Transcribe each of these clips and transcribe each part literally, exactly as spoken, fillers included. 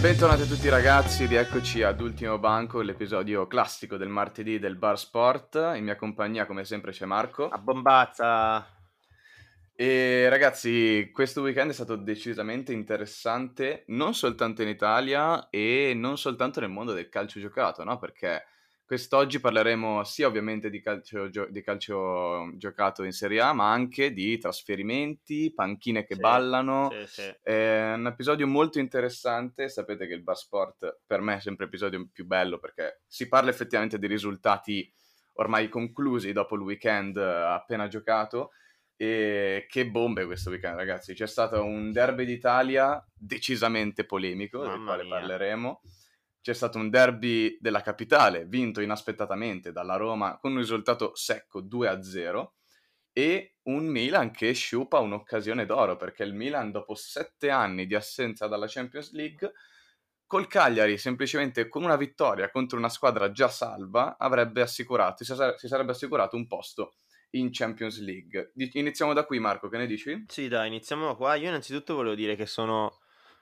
Bentornati a tutti ragazzi, rieccoci ad Ultimo Banco, l'episodio classico del martedì del Bar Sport. In mia compagnia come sempre c'è Marco. A bombazza! E ragazzi, questo weekend è stato decisamente interessante, non soltanto in Italia e non soltanto nel mondo del calcio giocato, no? Perché quest'oggi parleremo sia ovviamente di calcio, gio- di calcio giocato in Serie A, ma anche di trasferimenti, panchine che Sì, ballano. sì, sì. È un episodio molto interessante. Sapete che il Bar Sport per me è sempre l'episodio più bello perché si parla effettivamente di risultati ormai conclusi dopo il weekend eh, appena giocato. E che bombe questo weekend, ragazzi. C'è stato un derby d'Italia decisamente polemico, del Mamma quale mia. parleremo. C'è stato un derby della capitale, vinto inaspettatamente dalla Roma con un risultato secco due a zero. E un Milan che sciupa un'occasione d'oro, perché il Milan, dopo sette anni di assenza dalla Champions League, col Cagliari, semplicemente con una vittoria contro una squadra già salva, avrebbe assicurato, si sare- si sarebbe assicurato un posto in Champions League. Di- iniziamo da qui, Marco, che ne dici? Sì, dai, iniziamo qua. Io innanzitutto volevo dire che sono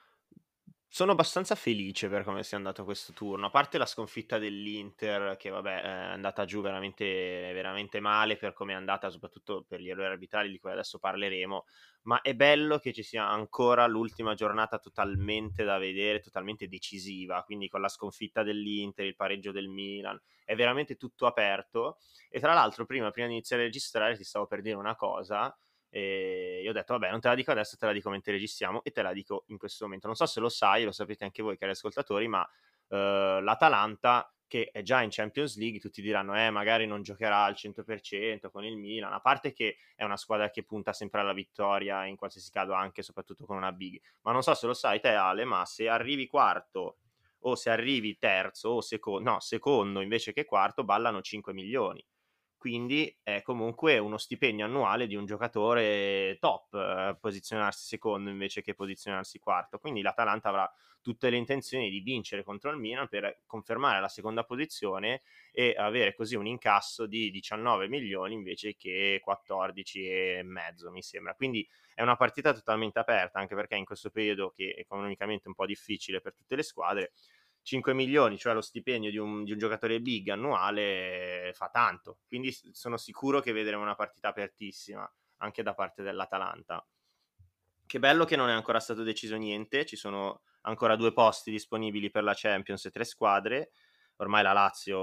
sono abbastanza felice per come sia andato questo turno. A parte la sconfitta dell'Inter, che vabbè, è andata giù veramente, veramente male per come è andata, soprattutto per gli errori arbitrali di cui adesso parleremo. Ma è bello che ci sia ancora l'ultima giornata totalmente da vedere, totalmente decisiva. Quindi con la sconfitta dell'Inter, il pareggio del Milan, è veramente tutto aperto. E tra l'altro, prima, prima di iniziare a registrare, ti stavo per dire una cosa. E io ho detto, vabbè, non te la dico adesso, te la dico mentre registriamo e te la dico in questo momento. Non so se lo sai, lo sapete anche voi, cari ascoltatori, ma eh, l'Atalanta, che è già in Champions League, tutti diranno, eh, magari non giocherà al cento per cento con il Milan, a parte che è una squadra che punta sempre alla vittoria in qualsiasi caso, anche e soprattutto con una big. Ma non so se lo sai te, Ale, ma se arrivi quarto o se arrivi terzo o secondo, no, secondo invece che quarto, ballano cinque milioni. Quindi è comunque uno stipendio annuale di un giocatore top, eh, posizionarsi secondo invece che posizionarsi quarto. Quindi l'Atalanta avrà tutte le intenzioni di vincere contro il Milan per confermare la seconda posizione e avere così un incasso di diciannove milioni invece che quattordici e mezzo, mi sembra. Quindi è una partita totalmente aperta, anche perché in questo periodo che è economicamente un po' difficile per tutte le squadre, cinque milioni, cioè lo stipendio di un, di un giocatore big annuale, fa tanto. Quindi sono sicuro che vedremo una partita apertissima anche da parte dell'Atalanta. Che bello che non è ancora stato deciso niente, ci sono ancora due posti disponibili per la Champions e tre squadre. Ormai la Lazio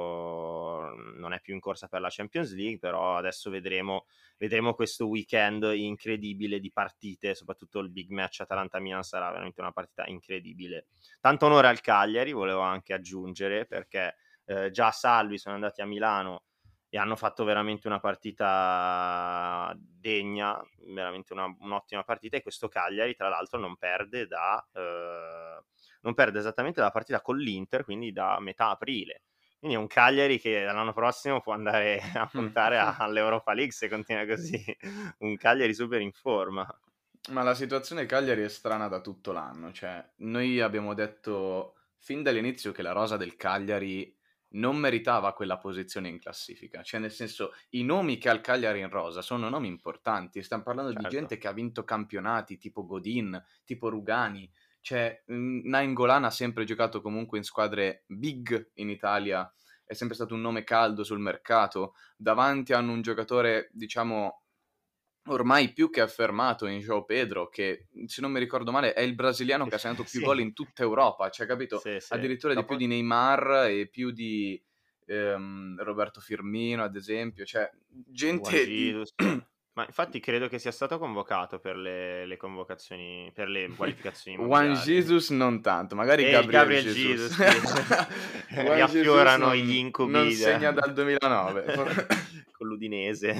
non è più in corsa per la Champions League, però adesso vedremo, vedremo questo weekend incredibile di partite, soprattutto il big match Atalanta-Milan sarà veramente una partita incredibile. Tanto onore al Cagliari, volevo anche aggiungere, perché eh, già salvi sono andati a Milano e hanno fatto veramente una partita degna, veramente una, un'ottima partita, e questo Cagliari tra l'altro non perde da eh, non perde esattamente la partita con l'Inter, quindi da metà aprile. Quindi è un Cagliari che l'anno prossimo può andare a puntare a, all'Europa League se continua così. Un Cagliari super in forma. Ma la situazione Cagliari è strana da tutto l'anno, cioè noi abbiamo detto fin dall'inizio che la rosa del Cagliari non meritava quella posizione in classifica, cioè nel senso i nomi che ha il Cagliari in rosa sono nomi importanti, stiamo parlando di Certo. gente che ha vinto campionati tipo Godin, tipo Rugani, cioè mh, Nainggolan ha sempre giocato comunque in squadre big in Italia, è sempre stato un nome caldo sul mercato, davanti hanno un giocatore diciamo ormai più che affermato in João Pedro, che se non mi ricordo male è il brasiliano Che che ha segnato più sì, gol in tutta Europa, cioè capito? sì, sì. Addirittura di più Dopo di Neymar e più di ehm, Roberto Firmino, ad esempio, cioè Juan gente di... Jesus. Ma infatti credo che sia stato convocato per le, le convocazioni, per le qualificazioni Juan mondiali. Jesus non tanto, magari E il Gabriel Gabriel Jesus. Jesus, sì. Juan Jesus Riaffiorano gli non, non incubi segna de- dal duemilanove. con l'Udinese.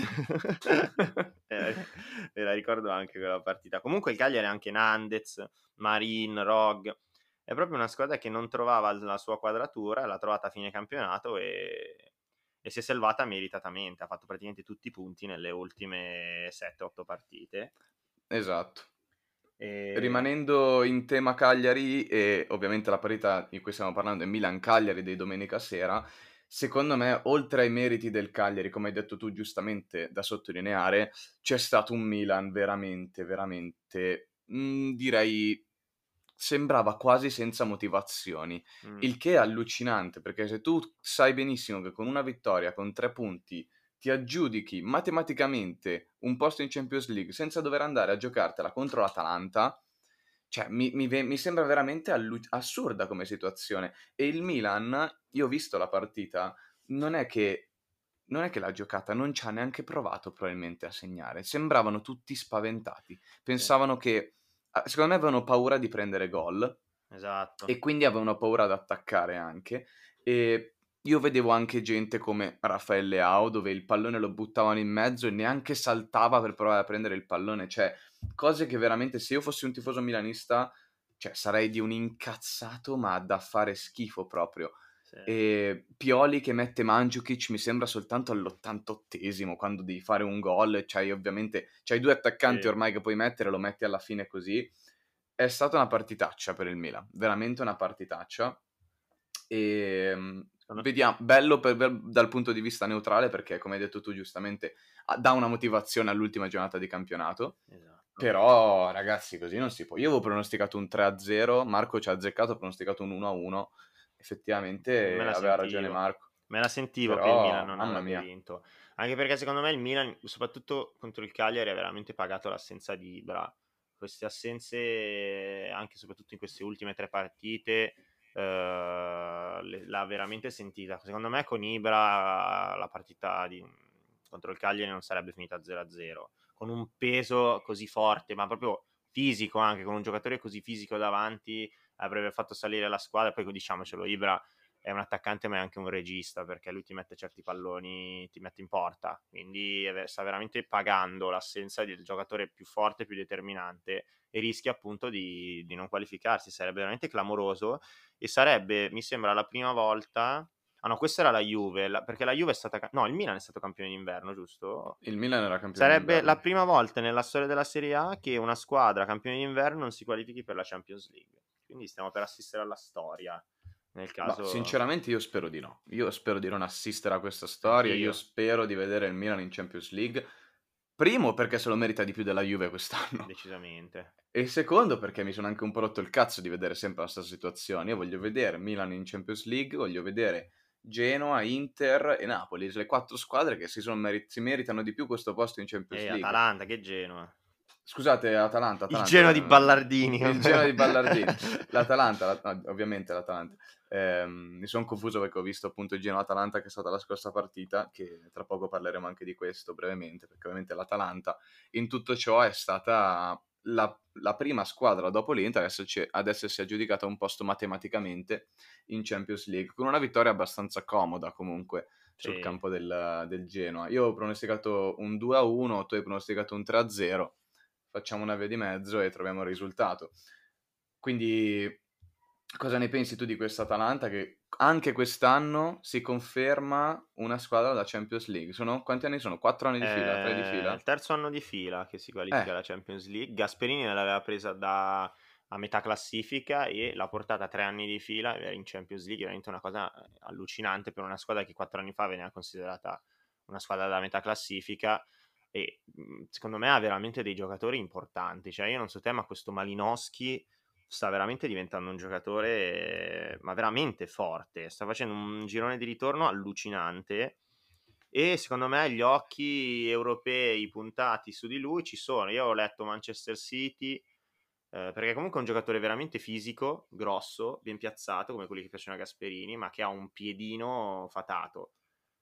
Eh, Me la ricordo anche quella partita. Comunque il Cagliari ha anche Nandez, Marin, Rog. È proprio una squadra che non trovava la sua quadratura, l'ha trovata a fine campionato e, e si è salvata meritatamente. Ha fatto praticamente tutti i punti nelle ultime sette otto partite. Esatto. E... Rimanendo in tema Cagliari e ovviamente la parità di cui stiamo parlando è Milan-Cagliari di domenica sera, secondo me, oltre ai meriti del Cagliari, come hai detto tu giustamente da sottolineare, c'è stato un Milan veramente, veramente, mh, direi sembrava quasi senza motivazioni, Mh. il che è allucinante, perché se tu sai benissimo che con una vittoria, con tre punti, ti aggiudichi matematicamente un posto in Champions League senza dover andare a giocartela contro l'Atalanta, cioè mi mi ve mi sembra veramente allu assurda come situazione. E il Milan, io ho visto la partita, non è che non è che l'ha giocata, non c'ha neanche provato probabilmente a segnare. Sembravano tutti spaventati. Sì, Pensavano che a secondo me avevano paura di prendere gol esatto. e quindi avevano paura ad attaccare anche. E io vedevo anche gente come Rafael Leao, dove il pallone lo buttavano in mezzo e neanche saltava per provare a prendere il pallone. Cioè, cose che veramente se io fossi un tifoso milanista, cioè sarei di un incazzato, ma da fare schifo proprio. Sì, E Pioli che mette Mandžukić mi sembra soltanto all'ottantottesimo, quando devi fare un gol e c'hai ovviamente c'hai due attaccanti sì. ormai che puoi mettere, lo metti alla fine così. È stata una partitaccia per il Milan, veramente una partitaccia. Ehm, Secondo vediam bello per ver dal punto di vista neutrale perché, come hai detto tu giustamente, a dà una motivazione all'ultima giornata di campionato, esatto. però ragazzi così non si può. Io avevo pronosticato un tre a zero, Marco ci ha azzeccato, ha pronosticato un uno a uno. Me Effettivamente la aveva ragione sentivo. Marco, Me la sentivo che il Milan però non mamma avrebbe mia. vinto. Anche perché secondo me il Milan, soprattutto contro il Cagliari, ha veramente pagato l'assenza di Ibra. Queste assenze, anche e soprattutto in queste ultime tre partite, eh, le- l'ha veramente sentita. Secondo me con Ibra la partita di- contro il Cagliari non sarebbe finita zero a zero. Con un peso così forte, ma proprio fisico anche, con un giocatore così fisico davanti, avrebbe fatto salire la squadra. Poi diciamocelo, Ibra è un attaccante ma è anche un regista, perché lui ti mette certi palloni, ti mette in porta, quindi sta veramente pagando l'assenza del giocatore più forte, più determinante, e rischia appunto di, di non qualificarsi. Sarebbe veramente clamoroso e sarebbe, mi sembra, la prima volta. Ah no, questa era la Juve, la- perché la Juve è stata... No, il Milan è stato campione d'inverno, giusto? Il Milan era campione Sarebbe la d'inverno. prima volta nella storia della Serie A che una squadra campione d'inverno non si qualifichi per la Champions League. Quindi stiamo per assistere alla storia. Nel Ma caso, sinceramente io spero di no. Io spero di non assistere a questa storia, io anch'io, spero di vedere il Milan in Champions League. Primo perché se lo merita di più della Juve quest'anno. decisamente. E secondo perché mi sono anche un po' rotto il cazzo di vedere sempre la stessa situazione. Io voglio vedere Milan in Champions League, voglio vedere Genoa, Inter e Napoli, le quattro squadre che si, sono meri- si meritano di più questo posto in Champions E League. Atalanta, che Genoa. Scusate, Atalanta, Il Atalanta, Genoa di ehm, Ballardini. il Genoa di Ballardini. L'Atalanta, la- no, ovviamente l'Atalanta. Ehm, mi sono confuso perché ho visto appunto il Genoa-Atalanta che è stata la scorsa partita, che tra poco parleremo anche di questo brevemente, perché ovviamente l'Atalanta in tutto ciò è stata la, la prima squadra dopo l'Inter ad esserci- ad essersi aggiudicata un posto matematicamente in Champions League, con una vittoria abbastanza comoda comunque sul Sì. campo del, del Genoa. Io ho pronosticato un due a uno, tu hai pronosticato un tre a zero, facciamo una via di mezzo e troviamo il risultato. Quindi cosa ne pensi tu di questa Atalanta che anche quest'anno si conferma una squadra da Champions League? Sono, quanti anni sono? Quattro anni di fila? Tre di È il fila? terzo anno di fila che si Eh, qualifica alla Champions League. Gasperini l'aveva presa da a metà classifica e l'ha portata tre anni di fila in Champions League. È veramente una cosa eh, allucinante per una squadra che quattro anni fa veniva considerata una squadra da metà classifica. E mh, secondo me ha veramente dei giocatori importanti. Cioè, io non so te, ma questo Malinowski sta veramente diventando un giocatore, eh, ma veramente forte. Sta facendo un girone di ritorno allucinante. E secondo me gli occhi europei puntati su di lui ci sono. Io ho letto Manchester City, eh, perché comunque è un giocatore veramente fisico, grosso, ben piazzato, come quelli che piacciono a Gasperini, ma che ha un piedino fatato.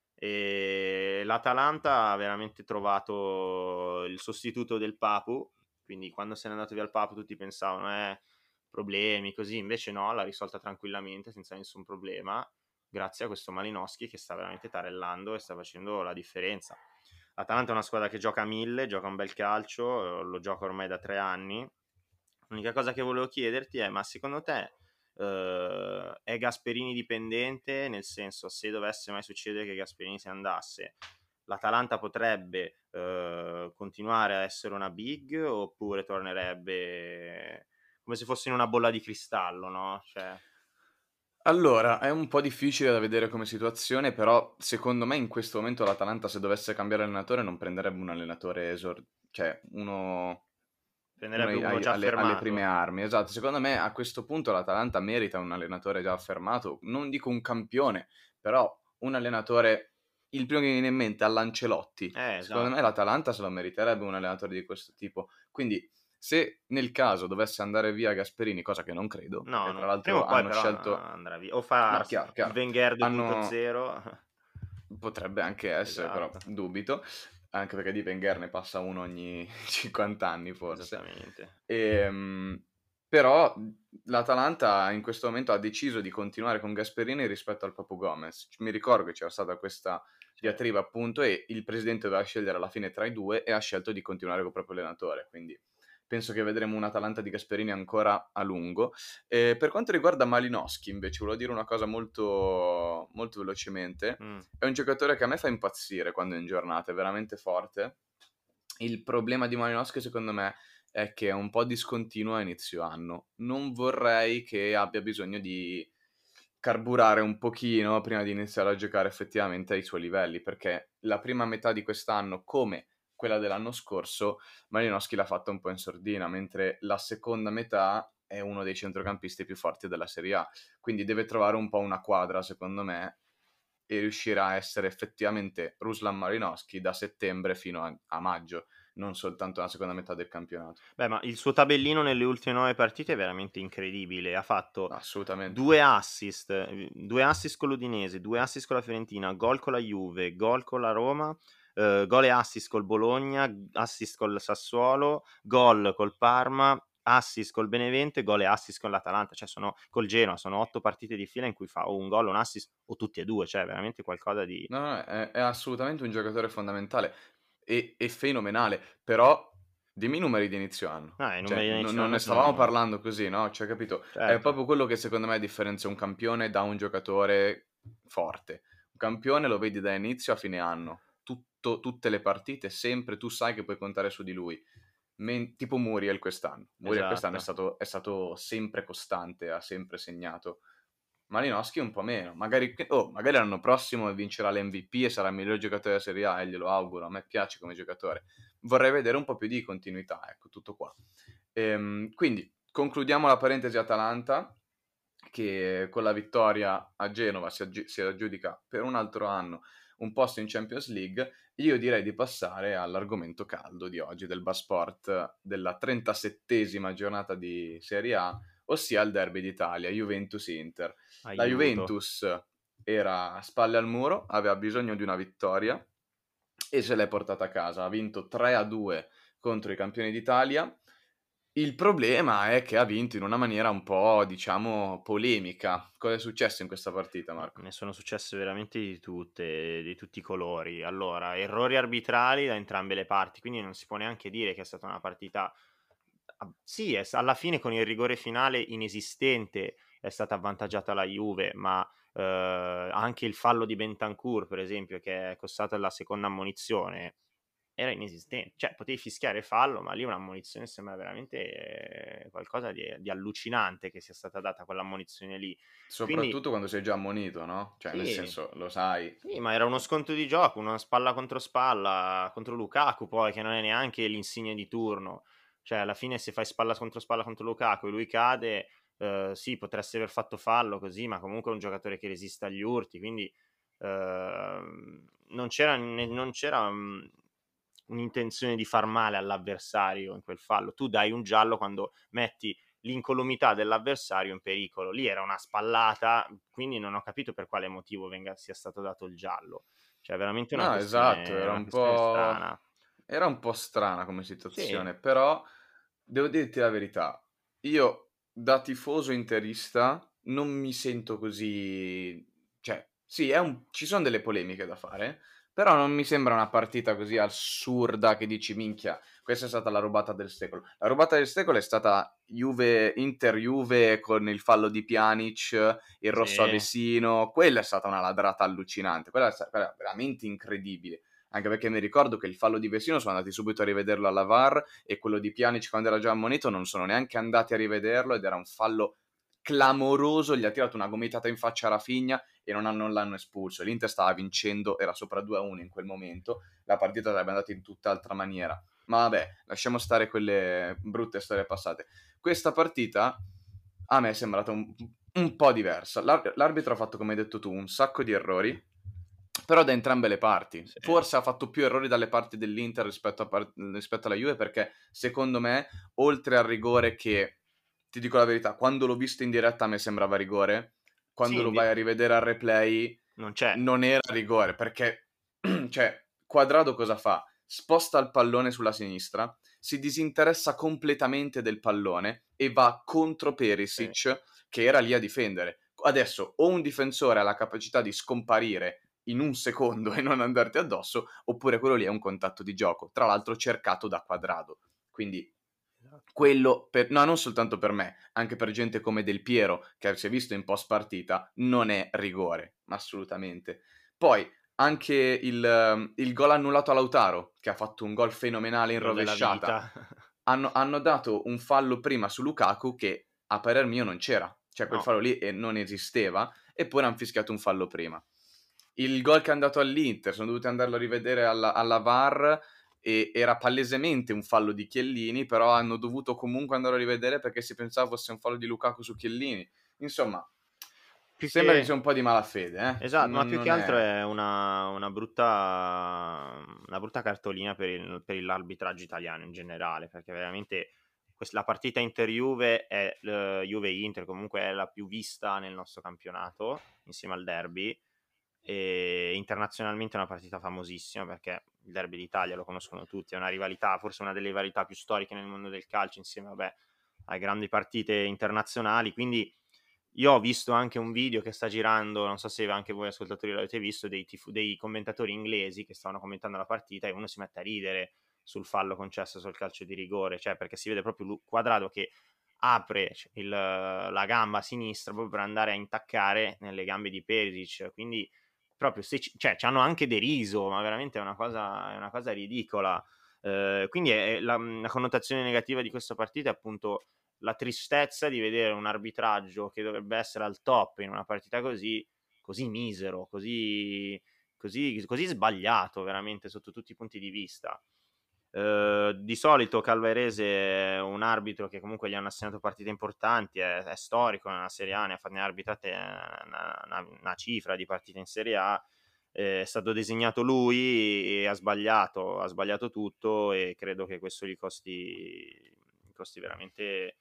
E l'Atalanta ha veramente trovato il sostituto del Papu, quindi quando se n'è andato via il Papu tutti pensavano, eh, problemi, così, invece no, l'ha risolta tranquillamente, senza nessun problema, grazie a questo Malinowski che sta veramente tarellando e sta facendo la differenza. L'Atalanta è una squadra che gioca a mille, gioca un bel calcio, lo gioca ormai da tre anni. L'unica cosa che volevo chiederti è, ma secondo te eh, è Gasperini dipendente? Nel senso, se dovesse mai succedere che Gasperini se ne andasse, l'Atalanta potrebbe eh, continuare a essere una big oppure tornerebbe come se fosse in una bolla di cristallo, no? Cioè, allora, è un po' difficile da vedere come situazione, però secondo me in questo momento l'Atalanta se dovesse cambiare allenatore non prenderebbe un allenatore esor cioè uno Prenderebbe Noi uno ai già alle alle prime affermato. armi, esatto. Secondo me a questo punto l'Atalanta merita un allenatore già affermato, non dico un campione, però un allenatore il primo che mi viene in mente è Ancelotti. Eh, Secondo me esatto. l'Atalanta se lo meriterebbe un allenatore di questo tipo. Quindi se nel caso dovesse andare via Gasperini, cosa che non credo, No, perché tra no, prima l'altro o poi hanno però scelto andrà via. O fa no, Ars chiaro, il chiaro. Wenger due punto Hanno zero. Potrebbe anche essere, però Esatto, dubito, anche perché di Wenger ne passa uno ogni cinquanta anni forse. esattamente. Ehm, però l'Atalanta in questo momento ha deciso di continuare con Gasperini rispetto al Papu Gomez. Mi ricordo che c'era stata questa Sì. diatriba appunto e il presidente doveva scegliere alla fine tra i due e ha scelto di continuare col proprio allenatore, quindi penso che vedremo un Atalanta di Gasperini ancora a lungo. Eh, per quanto riguarda Malinowski, invece, volevo dire una cosa molto, molto velocemente. Mm. È un giocatore che a me fa impazzire quando è in giornata, è veramente forte. Il problema di Malinowski, secondo me, è che è un po' discontinuo a inizio anno. Non vorrei che abbia bisogno di carburare un pochino prima di iniziare a giocare effettivamente ai suoi livelli, perché la prima metà di quest'anno, come quella dell'anno scorso, Malinowski l'ha fatta un po' in sordina, mentre la seconda metà è uno dei centrocampisti più forti della Serie A, quindi deve trovare un po' una quadra, secondo me, e riuscire a essere effettivamente Ruslan Malinowski da settembre fino a, a maggio, non soltanto la seconda metà del campionato. Beh, ma il suo tabellino nelle ultime nove partite è veramente incredibile. Ha fatto Assolutamente. due assist, eh, due assist con l'Udinese, due assist con la Fiorentina, gol con la Juve, gol con la Roma, eh, gol e assist col Bologna, assist col Sassuolo, gol col Parma, assist col Benevento e gol e assist con l'Atalanta, cioè sono col Genoa, sono otto partite di fila in cui fa o un gol o un assist o tutti e due, cioè veramente qualcosa di... No, no, è, è assolutamente un giocatore fondamentale e, e fenomenale, però dimmi i numeri di inizio anno. Ah, i Cioè, numeri di no- inizio non anno ne stavamo sono... parlando così, no? Cioè, capito? È Certo. proprio quello che secondo me differenzia un campione da un giocatore forte. Un campione lo vedi da inizio a fine anno. Tutto- tutte le partite, sempre tu sai che puoi contare su di lui. Men- tipo Muriel quest'anno. Muriel quest'anno è Esatto. stato, è stato sempre costante, ha sempre segnato. Malinowski un po' meno, magari, oh, magari l'anno prossimo vincerà l'M V P e sarà il miglior giocatore della Serie A e glielo auguro, a me piace come giocatore. Vorrei vedere un po' più di continuità, ecco, tutto qua. Ehm, quindi concludiamo la parentesi Atalanta, che con la vittoria a Genova si, aggi- si aggiudica per un altro anno un posto in Champions League. Io direi di passare all'argomento caldo di oggi del Basport della trentasettesima giornata di Serie A, ossia il derby d'Italia, Juventus-Inter. La Aiuto. Juventus era a spalle al muro, aveva bisogno di una vittoria e se l'è portata a casa. Ha vinto tre a due contro i campioni d'Italia. Il problema è che ha vinto in una maniera un po', diciamo, polemica. Cosa è successo in questa partita, Ma Marco? ne sono successe veramente di tutte, di tutti i colori. Allora, errori arbitrali da entrambe le parti, quindi non si può neanche dire che è stata una partita... ah, sì, è, alla fine con il rigore finale inesistente è stata avvantaggiata la Juve, ma eh, anche il fallo di Bentancur, per esempio, che è costata la seconda ammonizione, era inesistente. Cioè, potevi fischiare fallo, ma lì un'ammonizione sembra veramente eh, qualcosa di, di allucinante che sia stata data quell'ammonizione lì. Quindi, Soprattutto quando sei già ammonito, no? Cioè, nel sì, senso, lo sai. sì, ma era uno scontro di gioco, una spalla contro spalla contro Lukaku poi, che non è neanche l'insigne di turno. Cioè, alla fine se fai spalla contro spalla contro Lukaku e lui cade, eh, sì, potresti aver fatto fallo così, ma comunque è un giocatore che resiste agli urti, quindi eh, non c'era, ne- non c'era mm, un'intenzione di far male all'avversario in quel fallo. Tu dai un giallo quando metti l'incolumità dell'avversario in pericolo. Lì era una spallata, quindi non ho capito per quale motivo venga, sia stato dato il giallo. Cioè, veramente una No, esatto, questione, era una un questione po'... strana. era un po' strana come Sì, situazione, però devo dirti la verità. Io, da tifoso interista, non mi sento così... Cioè, sì, è un... ci sono delle polemiche da fare, però non mi sembra una partita così assurda che dici, minchia, questa è stata la rubata del secolo. La rubata del secolo è stata Juve, Inter-Juve con il fallo di Pjanic, il rosso a sì, Vesino, quella è stata una ladrata allucinante, quella è, stata, quella è veramente incredibile. Anche perché mi ricordo che il fallo di Vesino sono andati subito a rivederlo alla V A R e quello di Pjanic quando era già ammonito non sono neanche andati a rivederlo ed era un fallo clamoroso, gli ha tirato una gomitata in faccia a Rafinha e non, hanno, non l'hanno espulso. L'Inter stava vincendo, era sopra due a uno in quel momento, la partita sarebbe andata in tutt'altra maniera. Ma vabbè, lasciamo stare quelle brutte storie passate. Questa partita a me è sembrata un, un po' diversa. L'ar- l'arbitro ha fatto, come hai detto tu, un sacco di errori, però da entrambe le parti. Sì, Forse ha fatto più errori dalle parti dell'Inter rispetto, a par- rispetto alla Juve, perché secondo me, oltre al rigore che, ti dico la verità, quando l'ho visto in diretta a me sembrava rigore, sì, quando lo invi- vai a rivedere al replay non c'è. non era rigore, perché, cioè, Quadrado cosa fa? Sposta il pallone sulla sinistra, si disinteressa completamente del pallone e va contro Sì. Perisic, che era lì a difendere. Adesso o un difensore ha la capacità di scomparire in un secondo e non andarti addosso, oppure quello lì è un contatto di gioco, tra l'altro cercato da Quadrado. Quindi Esatto. quello, per, no, non soltanto per me, anche per gente come Del Piero, che si è visto in post partita, non è rigore, assolutamente. Poi anche il, ehm, il gol annullato a Lautaro, che ha fatto un gol fenomenale in Gol della rovesciata, vita. hanno, hanno dato un fallo prima su Lukaku che a parer mio non c'era, cioè quel No, fallo lì eh, non esisteva, eppure hanno fischiato un fallo prima. Il gol che è andato all'Inter, sono dovuti andarlo a rivedere alla, alla V A R e era palesemente un fallo di Chiellini, però hanno dovuto comunque andare a rivedere perché si pensava fosse un fallo di Lukaku su Chiellini. Insomma, più sembra che che sia un po' di malafede, eh? esatto, ma Non, più che non altro è... è una, una brutta, una brutta cartolina per, il- per l'arbitraggio italiano in generale, perché veramente quest- la partita Inter-Juve è eh, Juve-Inter, comunque è la più vista nel nostro campionato, insieme al derby, e internazionalmente è una partita famosissima perché il derby d'Italia lo conoscono tutti, è una rivalità, forse una delle rivalità più storiche nel mondo del calcio, insieme vabbè, alle grandi partite internazionali, quindi io ho visto anche un video che sta girando, non so se anche voi ascoltatori l'avete visto, dei, tif- dei commentatori inglesi che stavano commentando la partita e uno si mette a ridere sul fallo concesso sul calcio di rigore, cioè perché si vede proprio Lu- Quadrado che apre il- la gamba sinistra proprio per andare a intaccare nelle gambe di Perisic, quindi proprio se ci, cioè, ci hanno anche deriso, ma veramente è una cosa, è una cosa ridicola. Eh, quindi è, la, la connotazione negativa di questa partita è appunto la tristezza di vedere un arbitraggio che dovrebbe essere al top in una partita così, così misero, così, così, così sbagliato veramente sotto tutti i punti di vista. Uh, di solito Calvarese è un arbitro che comunque gli hanno assegnato partite importanti, è, è storico nella Serie A, ne ha, ne ha arbitrate una, una, una cifra di partite in Serie A, eh, è stato designato lui e ha sbagliato, ha sbagliato tutto e credo che questo gli costi, gli costi veramente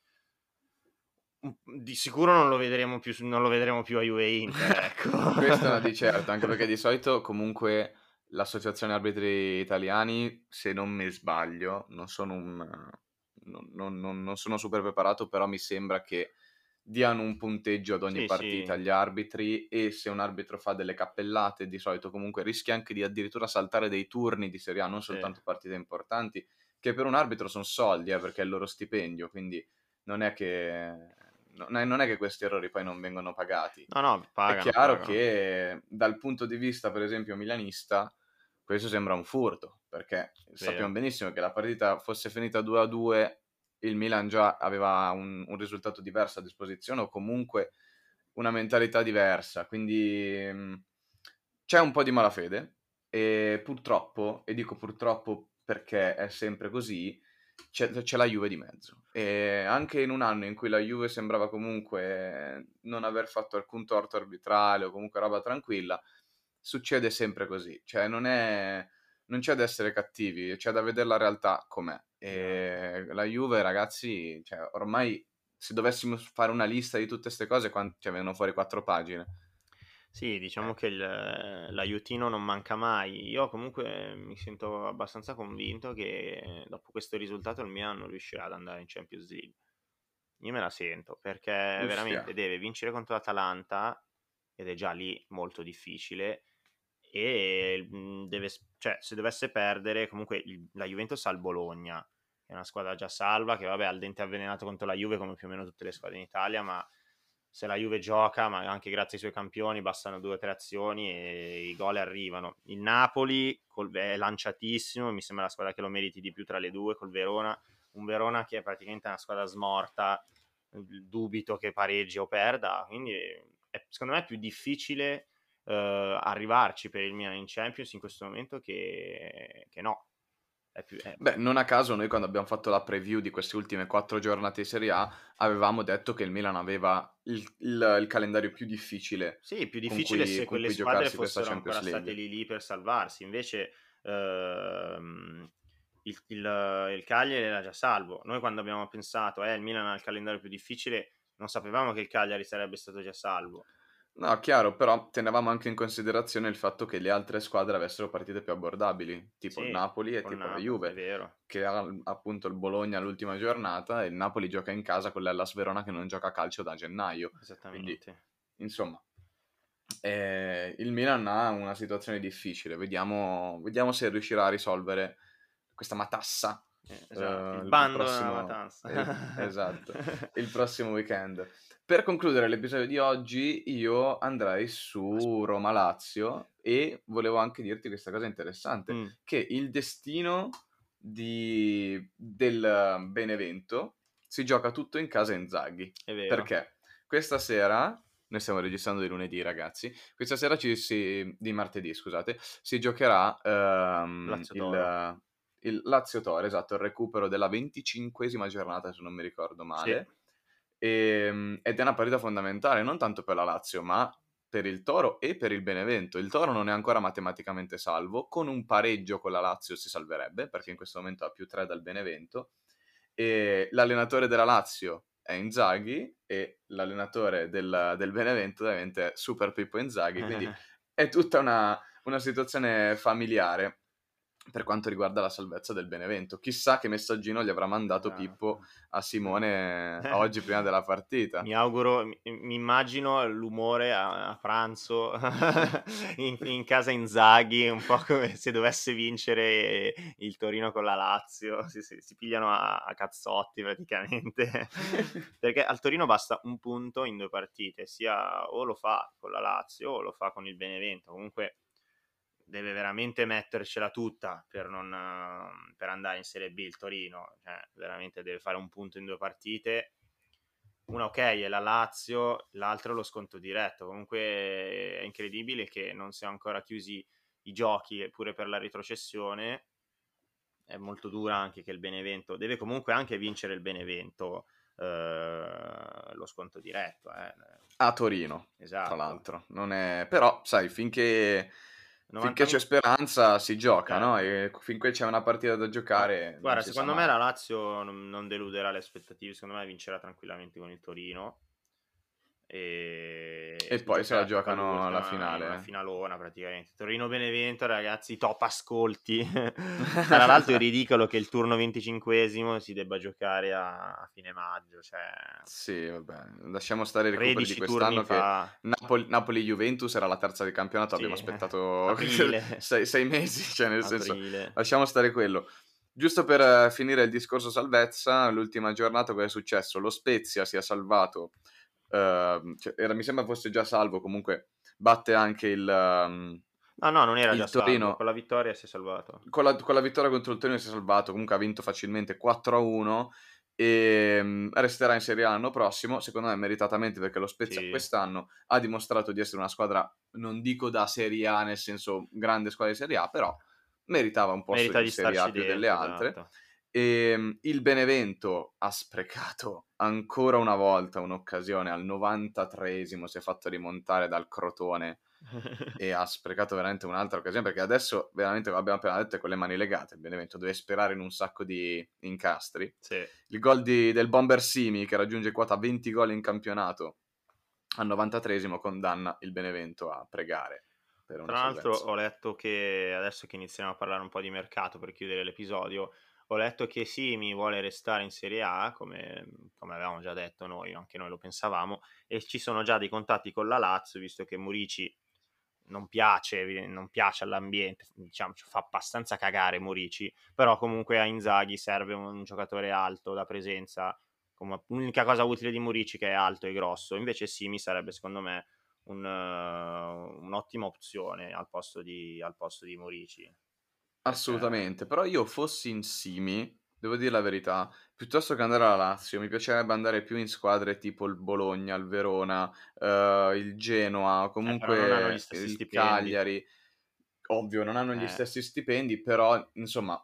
di sicuro non lo vedremo più, non lo vedremo più a Juve Inter, ecco. Questo no di certo, anche perché di solito comunque l'associazione arbitri italiani, se non mi sbaglio, non sono un... non, non- non- non sono super preparato, però mi sembra che diano un punteggio ad ogni Sì, partita sì, agli arbitri e se un arbitro fa delle cappellate, di solito comunque rischia anche di addirittura saltare dei turni di Serie A, non sì. soltanto partite importanti, che per un arbitro sono soldi, eh, perché è il loro stipendio, quindi non è che, non è, non è che questi errori poi non vengono pagati. No, no, È pagano, chiaro pagano. che dal punto di vista, per esempio, milanista, questo sembra un furto, perché sappiamo Vero. benissimo che la partita fosse finita due a due, il Milan già aveva un, un risultato diverso a disposizione o comunque una mentalità diversa, quindi mh, c'è un po' di malafede e purtroppo, e dico purtroppo perché è sempre così, c'è, c'è la Juve di mezzo. E anche in un anno in cui la Juve sembrava comunque non aver fatto alcun torto arbitrale o comunque roba tranquilla, succede sempre così. Cioè non è... non c'è da essere cattivi, c'è da vedere la realtà com'è. Esatto. E la Juve, ragazzi, cioè, ormai se dovessimo fare una lista di tutte queste cose, quant- cioè, vengono fuori quattro pagine. Sì, diciamo Eh, che il, l'aiutino non manca mai. Io comunque mi sento abbastanza convinto che dopo questo risultato il Milan non riuscirà ad andare in Champions League. Io me la sento perché Ustia. veramente deve vincere contro l'Atalanta ed è già lì molto difficile e mh, deve, cioè, se dovesse perdere comunque il- la Juventus ha il Bologna, che è una squadra già salva, che vabbè al dente avvelenato contro la Juve come più o meno tutte le squadre in Italia, ma se la Juve gioca, ma anche grazie ai suoi campioni, bastano due o tre azioni e i gol arrivano. Il Napoli col, è lanciatissimo, mi sembra la squadra che lo meriti di più tra le due, col Verona, un Verona che è praticamente una squadra smorta, dubito che pareggi o perda, quindi è, secondo me è più difficile eh, arrivarci per il Milan in Champions in questo momento che, che no. è più è Beh, non a caso noi quando abbiamo fatto la preview di queste ultime quattro giornate di Serie A, avevamo detto che il Milan aveva il il il calendario più difficile Sì, più con difficile cui se con quelle cui squadre giocarsi questa fossero ancora Champions state League. lì lì per salvarsi. Invece, ehm, il il il Cagliari era già salvo. Noi quando abbiamo pensato: "Eh, il Milan ha il calendario più difficile", non sapevamo che il Cagliari sarebbe stato già salvo. No, chiaro, però tenevamo anche in considerazione il fatto che le altre squadre avessero partite più abbordabili, tipo il Sì, Napoli e col tipo la Napoli, è Juve, vero, che ha l appunto il Bologna all'ultima giornata e il Napoli gioca in casa con l'Hellas Verona che non gioca a calcio da gennaio. Quindi, esattamente. insomma, ehm, il Milan ha una situazione difficile. Vediamo vediamo se riuscirà a risolvere questa matassa, Eh, esatto, il uhm, il bando della prossimo matassa. il esatto, il prossimo weekend. Per concludere l'episodio di oggi io andrei su Roma-Lazio e volevo anche dirti questa cosa interessante, Mh, che il destino di del Benevento si gioca tutto in casa Inzaghi. è vero. Perché questa sera noi stiamo registrando di lunedì ragazzi, questa sera ci si di martedì scusate, si giocherà, ehm, Lazio Toro. il il Lazio-Toro, esatto, il recupero della venticinquesima giornata se non mi ricordo Sì. male. Ehm, ed è una partita fondamentale, non tanto per la Lazio, ma per il Toro e per il Benevento. Il Toro non è ancora matematicamente salvo, con un pareggio con la Lazio si salverebbe, perché in questo momento ha più tre dal Benevento. E l'allenatore della Lazio è Inzaghi e l'allenatore del, del Benevento ovviamente è Super Pippo Inzaghi, quindi è tutta una, una situazione familiare per quanto riguarda la salvezza del Benevento. Chissà che messaggino gli avrà mandato Pippo Esatto. a Simone oggi prima della partita. Mi auguro mi mi immagino l'umore a a pranzo in in casa Inzaghi, un po' come se dovesse vincere il Torino con la Lazio, si si si pigliano a a cazzotti praticamente, perché al Torino basta un punto in due partite, sia o lo fa con la Lazio o lo fa con il Benevento. Comunque deve veramente mettercela tutta per non per andare in Serie B il Torino, cioè veramente deve fare un punto in due partite. Una okay, è la Lazio, l'altra è lo sconto diretto. Comunque è incredibile che non siano ancora chiusi i giochi pure per la retrocessione. È molto dura anche che il Benevento deve comunque anche vincere il Benevento, ehm, lo sconto diretto, eh. A Torino, tra Esatto. l'altro. Non è però sai finché finché novanta c'è mi speranza si gioca, no, certo. e finché c'è una partita da Ma giocare non guarda, si sa secondo me mai. la Lazio non non deluderà le aspettative, secondo me vincerà tranquillamente con il Torino. Ehm, e E si poi se la giocherà tutta giocano alla l'ultima in una finale. finalona praticamente. Torino-Benevento ragazzi, top ascolti. Tra l'altro è ridicolo che il turno venticinquesimo si debba giocare a a fine maggio, cioè Sì, vabbè, lasciamo stare i recuperi di tredici turni quest'anno che fa. Napol Napoli-Juventus era la terza di campionato, abbiamo Sì, aspettato aprile, sei sei mesi, cioè nel senso aprile. lasciamo stare quello. Giusto per eh, finire il discorso salvezza, l'ultima giornata cosa è successo? Lo Spezia si è salvato, uhm, cioè era mi sembra fosse già salvo, comunque batte anche il mhmm, No, no, non era già il salvo, Torino con la vittoria si è salvato. con la con la vittoria contro il Torino si è salvato, comunque ha vinto facilmente quattro a uno, ehm, resterà in Serie A l'anno prossimo, secondo me meritatamente perché lo Spezia Sì, quest'anno ha dimostrato di essere una squadra, non dico da Serie A, nel senso grande squadra di Serie A, però meritava un posto merita in di Serie A starci più delle dentro, altre. esatto. Ehm, il Benevento ha sprecato ancora una volta un'occasione, al novantatreesimo si è fatto rimontare dal Crotone e ha sprecato veramente un'altra occasione, perché adesso veramente, come abbiamo appena detto, è con le mani legate il Benevento, deve sperare in un sacco di incastri. Sì. Il gol di del bomber Simi, che raggiunge quota venti gol in campionato, al novantatreesimo condanna il Benevento a pregare per una Tra l'altro salvezza. ho letto che, adesso che iniziamo a parlare un po' di mercato per chiudere l'episodio, ho letto che Simi vuole restare in Serie A, come, come avevamo già detto noi, anche noi lo pensavamo, e ci sono già dei contatti con la Lazio, visto che Murici non piace, evi- non piace all'ambiente, diciamo, ci fa abbastanza cagare Murici, però comunque a Inzaghi serve un giocatore alto da presenza, come l'unica cosa utile di Murici che è alto e grosso, invece Simi sarebbe secondo me un, uh, un'ottima opzione al posto di, al posto di Murici, perché Assolutamente, però io fossi in Simi, devo dir la verità, piuttosto che andare alla Lazio, mi piacerebbe andare più in squadre tipo il Bologna, il Verona, uhm, il Genoa, o eh, però non hanno gli comunque stessi il stipendi. Cagliari. Ovvio, non hanno gli Eh, stessi stipendi, però insomma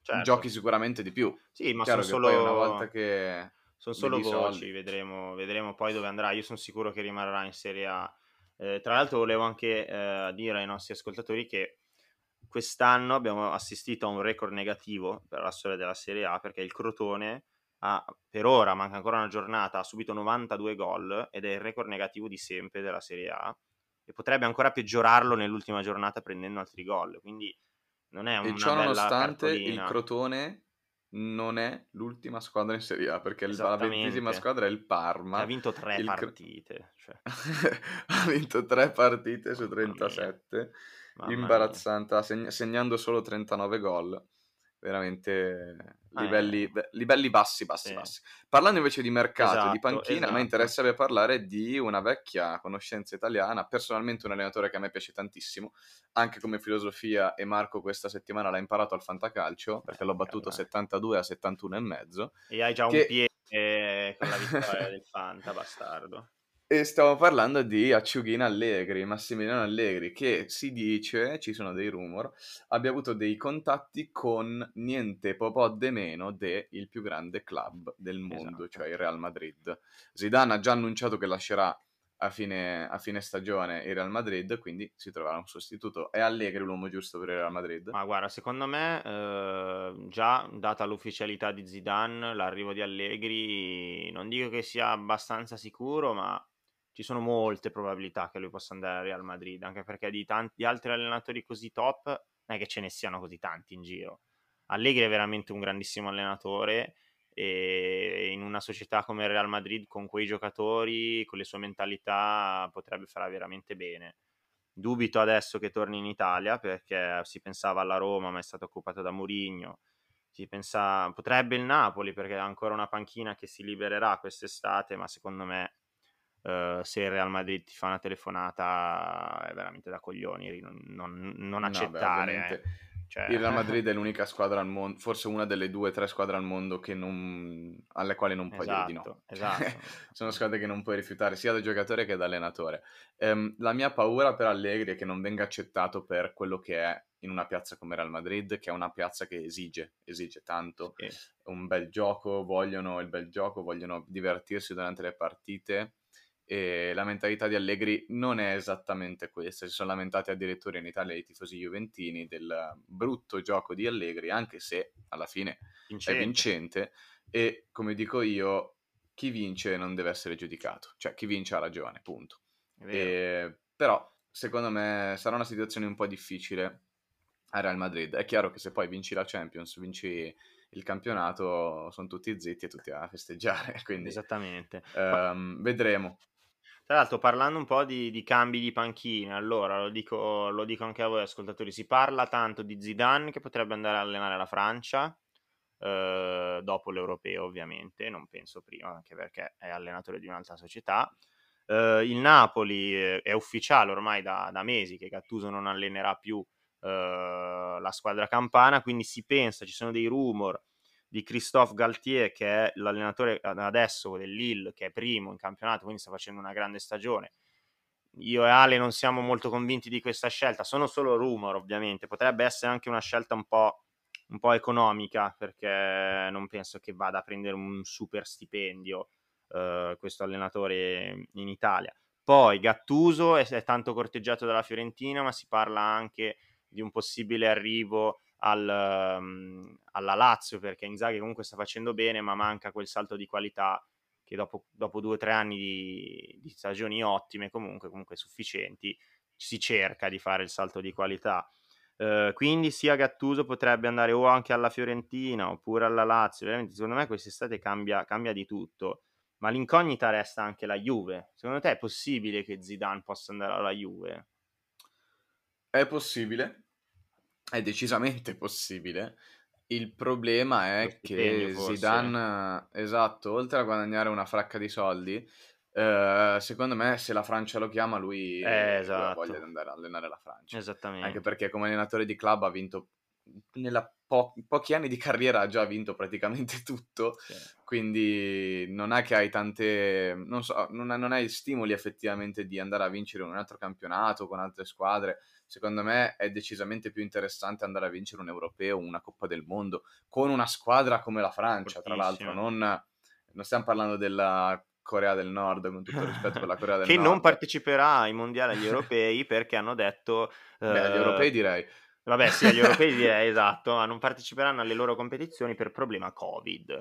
giochi certo. sicuramente di più. Sì, ma son Chiaro che poi una volta solo che son vedi solo i voci, soldi vedremo vedremo poi dove andrà. Io son sicuro che rimarrà in Serie A. Ehm, tra l'altro volevo anche, ehm, dire ai nostri ascoltatori che quest'anno abbiamo assistito a un record negativo per la storia della Serie A, perché il Crotone ha per ora, manca ancora una giornata, ha subito novantadue gol ed è il record negativo di sempre della Serie A e potrebbe ancora peggiorarlo nell'ultima giornata prendendo altri gol, quindi non è e una ciò bella nonostante il cartolina. Crotone non è l'ultima squadra in Serie A, perché il la ventesima Esattamente, squadra è il che ha Parma, vinto tre il Cr partite, cioè ha vinto tre partite su mamma mia, trentasette, mamma mia. imbarazzante, segn segnando solo trentanove gol. Veramente Eh, livelli be livelli bassi, bassi, sì, bassi. Parlando invece di mercato e di esatto, panchina, a me esatto. interesserebbe parlare di una vecchia conoscenza italiana, personalmente un allenatore che a me piace tantissimo, anche come filosofia, e Marco questa settimana l'ha imparato al fantacalcio, perché l'ho Eh, battuto vabbè. settantadue a settantuno e mezzo, E hai già un che piede con la vittoria del Fanta, bastardo. e stiamo parlando di Acciughina Allegri, Massimiliano Allegri, che si dice, ci sono dei rumor, abbia avuto dei contatti con niente po' po' de meno de il più grande club del mondo, Esatto. cioè il Real Madrid. Zidane ha già annunciato che lascerà a fine, a fine stagione il Real Madrid, quindi si troverà un sostituto. È Allegri l'uomo giusto per il Real Madrid? Ma guarda, secondo me, uhm, già data l'ufficialità di Zidane, l'arrivo di Allegri non dico che sia abbastanza sicuro, ma ci sono molte probabilità che lui possa andare al Real Madrid, anche perché di tanti altri allenatori così top non è che ce ne siano così tanti in giro. Allegri è veramente un grandissimo allenatore e in una società come il Real Madrid, con quei giocatori, con le sue mentalità, potrebbe fare veramente bene. Dubito adesso che torni in Italia perché si pensava alla Roma, ma è stato occupato da Mourinho. Si pensa potrebbe il Napoli perché ha ancora una panchina che si libererà quest'estate, ma secondo me, uhm, se il Real Madrid ti fa una telefonata è veramente da coglioni, non non non No, beh, accettare, eh. ovviamente Cioè il Real Madrid è l'unica squadra al mon forse una delle due, tre squadre al mondo che non alle quali non puoi dire di no. esatto, Cioè, esatto. sono squadre che non puoi rifiutare sia da giocatore che da allenatore. Ehm, la mia paura per Allegri è che non venga accettato per quello che è in una piazza come Real Madrid, che è una piazza che esige, esige tanto Sì, un bel gioco, vogliono il bel gioco, vogliono divertirsi durante le partite e la mentalità di Allegri non è esattamente questa. Si sono lamentati addirittura in Italia i tifosi juventini del brutto gioco di Allegri, anche se alla fine è vincente, vincente e, come dico io, chi vince non deve essere giudicato, cioè chi vince ha ragione, punto. è vero. E, però, secondo me sarà una situazione un po' difficile a Real Madrid. È chiaro che se poi vinci la Champions, vinci il campionato, sono tutti zitti e tutti a festeggiare, quindi Esattamente. Pa ehm, vedremo. Tra l'altro parlando un po' di di cambi di panchina, allora lo dico lo dico anche a voi ascoltatori, si parla tanto di Zidane che potrebbe andare a allenare la Francia, uhm, dopo l'Europeo ovviamente, non penso prima, anche perché è allenatore di un'altra società. Uhm, il Napoli, ehm, è ufficiale ormai da da mesi che Gattuso non allenerà più, uhm, la squadra campana, quindi si pensa, ci sono dei rumor di Christophe Galtier che è l'allenatore ad adesso del Lille, che è primo in campionato, quindi sta facendo una grande stagione. Io e Ale non siamo molto convinti di questa scelta, sono solo rumor ovviamente, potrebbe essere anche una scelta un po', un po' economica perché non penso che vada a prendere un super stipendio eh, questo allenatore in Italia. Poi Gattuso è, è tanto corteggiato dalla Fiorentina, ma si parla anche di un possibile arrivo al, um, alla Lazio perché Inzaghi comunque sta facendo bene, ma manca quel salto di qualità che dopo, dopo due o tre anni di, di stagioni ottime, comunque, comunque sufficienti, si cerca di fare il salto di qualità. Uh, quindi sia Gattuso potrebbe andare o anche alla Fiorentina oppure alla Lazio. Veramente, secondo me quest'estate cambia, cambia di tutto. Ma l'incognita resta anche la Juve. Secondo te è possibile che Zidane possa andare alla Juve? È possibile, è decisamente possibile. Il problema Lo è stipendio che forse? Zidane, esatto, oltre a guadagnare una fracca di soldi, eh, secondo me se la Francia lo chiama lui, Eh, lui ha voglia esatto, di andare a allenare la Francia. Anche esattamente. perché come allenatore di club ha vinto nella po- pochi anni di carriera ha già vinto praticamente tutto, Sì. quindi non è che hai tante, non so, non, hai- non hai stimoli effettivamente di andare a vincere un altro campionato con altre squadre. Secondo me è decisamente più interessante andare a vincere un europeo, una Coppa del Mondo, con una squadra come la Francia, tra l'altro, Fortissima. non, non stiamo parlando della Corea del Nord, con tutto il rispetto per la Corea del Che non Nord. parteciperà ai mondiali e agli europei perché hanno detto, Beh, agli eh, europei direi. vabbè sì, agli europei direi esatto, ma non parteciperanno alle loro competizioni per problema Covid.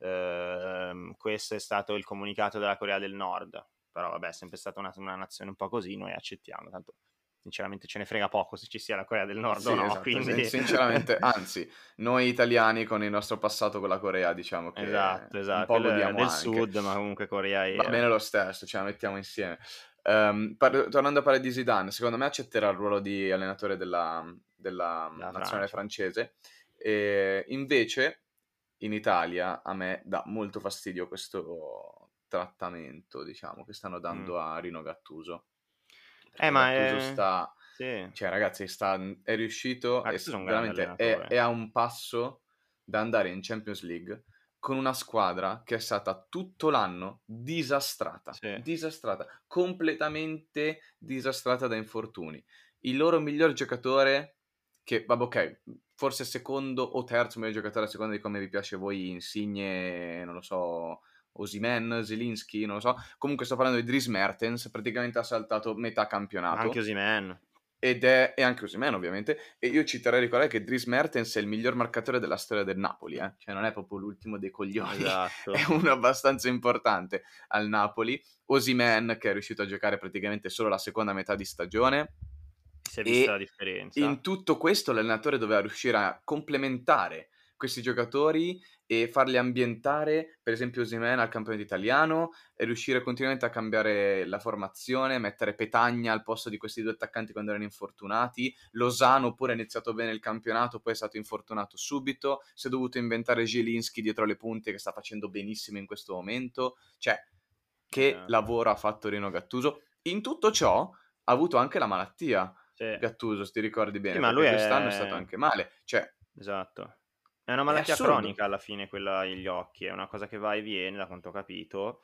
Ehm, questo è stato il comunicato della Corea del Nord, però vabbè è sempre stata una, una nazione un po' così, noi accettiamo, tanto sinceramente ce ne frega poco se ci sia la Corea del Nord o Sì, no, esatto, sin quindi sinceramente, anzi, noi italiani con il nostro passato con la Corea diciamo che esatto, un esatto, po' quello è godiamo del anche. sud, ma comunque Corea Va bene era lo stesso, ce la mettiamo insieme. Ehm, par tornando a parlare di Zidane, secondo me accetterà il ruolo di allenatore della della della nazionale Francia. francese, ehm, invece in Italia a me dà molto fastidio questo trattamento, diciamo, che stanno Mm. dando a Rino Gattuso. Eh, Perché ma Gattuso è... sta Sì, cioè ragazzi sta mhmm, è riuscito e Gattuso s è un grande veramente è è allenatore. a un passo da andare in Champions League con una squadra che è stata tutto l'anno disastrata, Sì. disastrata, completamente disastrata da infortuni. Il loro miglior giocatore che vabbè okay, mhmm, forse secondo o terzo miglior giocatore a seconda di come vi piace a voi, Insigne, non lo so, Osimhen, Zielinski, non lo so. Comunque sto parlando di Dries Mertens, praticamente ha saltato metà Ma anche campionato Osimhen. ed è e anche Osimhen ovviamente, e io ci terrei a ricordare che Dries Mertens è il miglior marcatore della storia del Napoli, eh, cioè non è proprio l'ultimo dei coglioni, è Esatto. uno abbastanza importante al Napoli. Osimhen che è riuscito a giocare praticamente solo la seconda metà di stagione Si è vista la e in differenza. tutto questo l'allenatore doveva riuscire a complementare questi giocatori e farli ambientare, per esempio Osimhen al campionato italiano, e riuscire continuamente a cambiare la formazione, mettere Petagna al posto di questi due attaccanti quando erano infortunati. Lozano pure ha iniziato bene il campionato, poi è stato infortunato subito. Si è dovuto inventare Zielinski dietro le punte che sta facendo benissimo in questo momento. Cioè, che Esatto. lavoro ha fatto Rino Gattuso. In tutto ciò ha avuto anche la malattia Sì. Gattuso, se ti ricordi Sì, bene, ma lui perché quest'anno è stato è... anche male. Cioè, Esatto. È una è malattia assurdo. cronica alla fine quella agli occhi, è una cosa che va e viene, da quanto ho capito,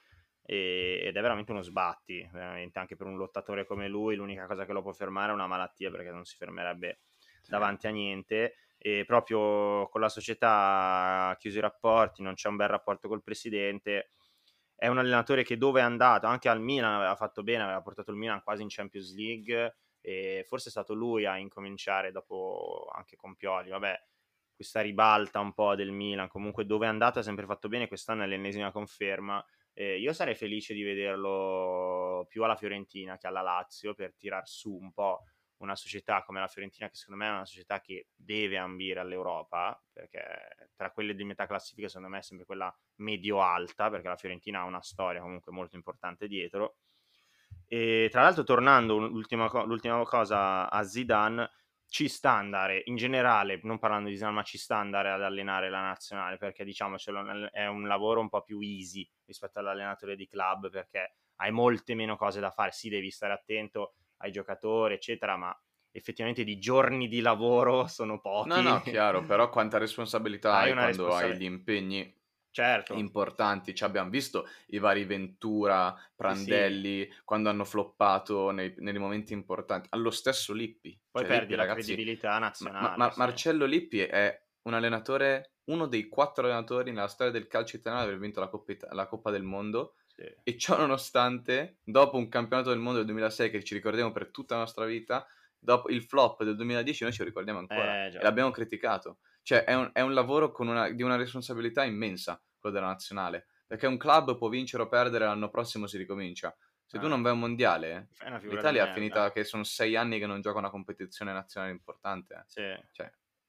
e- ed è veramente uno sbatti, veramente, anche per un lottatore come lui, l'unica cosa che lo può fermare è una malattia, perché non si fermerebbe Sì. davanti a niente, e proprio con la società ha chiuso i rapporti, non c'è un bel rapporto col presidente. È un allenatore che dove è andato, anche al Milan aveva fatto bene, aveva portato il Milan quasi in Champions League, e forse è stato lui a incominciare dopo anche con Pioli, vabbè, questa ribalta un po' del Milan, comunque dove è andato ha sempre fatto bene, quest'anno è l'ennesima conferma. Eh, io sarei felice di vederlo più alla Fiorentina che alla Lazio per tirar su un po' una società come la Fiorentina, che secondo me è una società che deve ambire all'Europa, perché tra quelle di metà classifica secondo me è sempre quella medio-alta, perché la Fiorentina ha una storia comunque molto importante dietro. E tra l'altro, tornando l'ultima, l'ultima cosa a Zidane, ci sta andare in generale, non parlando di Zidane, ma ci sta andare ad allenare la nazionale, perché diciamocelo, è un lavoro un po' più easy rispetto all'allenatore di club, perché hai molte meno cose da fare. Sì, devi stare attento ai giocatori, eccetera, ma effettivamente di giorni di lavoro sono No, pochi. no, chiaro, però quanta responsabilità Hai hai una quando hai gli responsabilità. impegni Certo, importanti. Ci abbiam visto i vari Ventura, sì, sì. Prandelli, quando hanno floppato nei nei momenti importanti. Allo stesso Lippi, Poi cioè perdi Lippi la ragazzi, credibilità ma ma nazionale, ma sì. Marcello Lippi è un allenatore uno dei quattro allenatori nella storia del calcio italiano ad aver vinto la Coppa Ita la Coppa del Mondo, Sì. e ciò nonostante, dopo un campionato del mondo del duemilasei che ci ricordiamo per tutta la nostra vita, dopo il flop del duemiladieci noi ce lo ricordiamo ancora Eh e già. l'abbiamo criticato. Cioè è un è un lavoro con una di una responsabilità immensa quello della nazionale, perché un club può vincere o perdere, l'anno prossimo si ricomincia. Se tu non Eh, vai a un mondiale, fai una figura di l'Italia è merda. finita che son sei anni che non gioca una competizione nazionale importante, eh. Sì. Cioè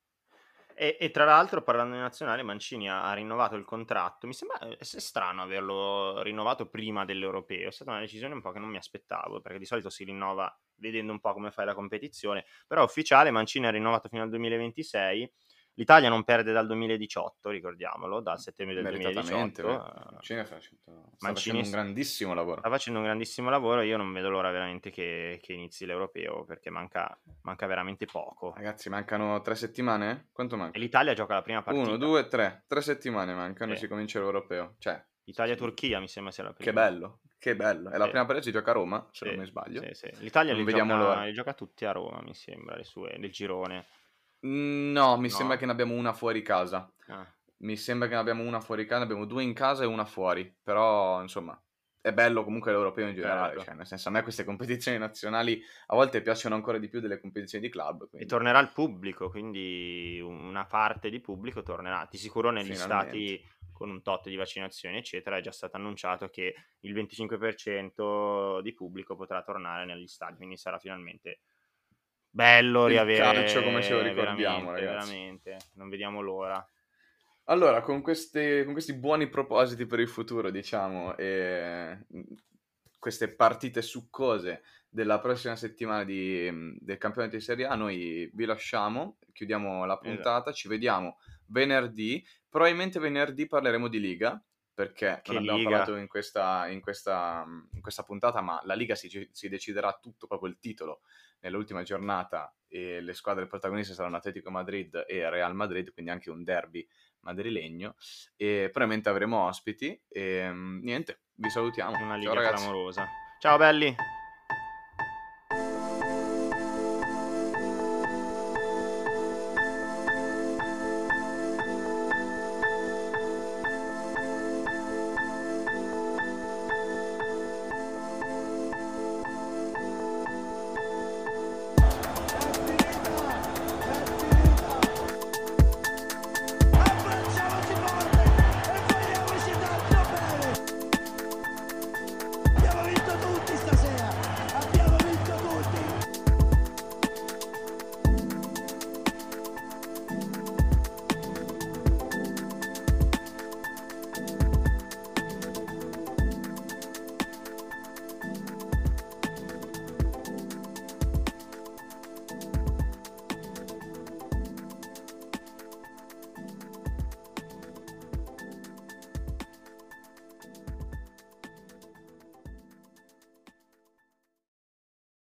E e tra l'altro, parlando di nazionale, Mancini ha ha rinnovato il contratto. Mi sembra, ehm, s strano averlo rinnovato prima dell'Europeo. È stata una decisione un po' che non mi aspettavo, perché di solito si rinnova vedendo un po' come fai la competizione, però è ufficiale, Mancini ha rinnovato fino al duemilaventisei, L'Italia non perde dal duemiladiciotto, ricordiamolo, dal settembre del Meritatamente, duemiladiciotto. me- eh, Mancini sta facendo, sta Mancini facendo un s- grandissimo sta lavoro. facendo un grandissimo lavoro, io non vedo l'ora veramente che, che inizi l'Europeo, perché manca, manca veramente poco. Ragazzi, mancano tre settimane? Quanto E manca? l'Italia gioca la prima Uno, partita. due, tre. Tre settimane mancano e Sì. si comincia l'Europeo. Cioè, Italia-Turchia mi sembra sia la che prima. bello, che bello. E la Sì, prima partita si gioca a Roma, se non sì, mi sbaglio. sì, sì. L'Italia Non le vediamo gioca, l'ora. le gioca tutte a Roma, mi sembra, le sue, del girone. Mm, No, mi sembra No? che ne abbiamo una fuori casa. Ah. Mi sembra che ne abbiamo una fuori casa, ne abbiamo due in casa e una fuori. Però, insomma, è bello comunque l'Europeo in generale. Certo. Cioè, nel senso, a me queste competizioni nazionali a volte piacciono ancora di più delle competizioni di club, E quindi tornerà il pubblico, quindi una parte di pubblico tornerà. Di sicuro negli finalmente. stati con un tot di vaccinazioni, eccetera, è già stato annunciato che il venticinque per cento di pubblico potrà tornare negli stadi, quindi sarà finalmente bello Il calcio come ce lo riavere ricordiamo, veramente, ragazzi. veramente. Non vediamo l'ora. Allora, con queste con questi buoni propositi per il futuro, diciamo, e, mhmm, queste partite succose della prossima settimana di mhmm, del campionato di Serie A, noi vi lasciamo, chiudiamo la Esa puntata, ci vediamo venerdì. Probabilmente venerdì parleremo di Liga, perché non che abbiamo liga. parlato in questa in questa mhmm, in questa puntata, ma la Liga si ci si deciderà tutto, proprio il titolo, nell'ultima giornata e le squadre protagoniste saranno Atletico Madrid e Real Madrid, quindi anche un derby madrilegno e probabilmente avremo ospiti e mm, niente, vi salutiamo. Una Ciao liga ragazzi. clamorosa. Ciao belli!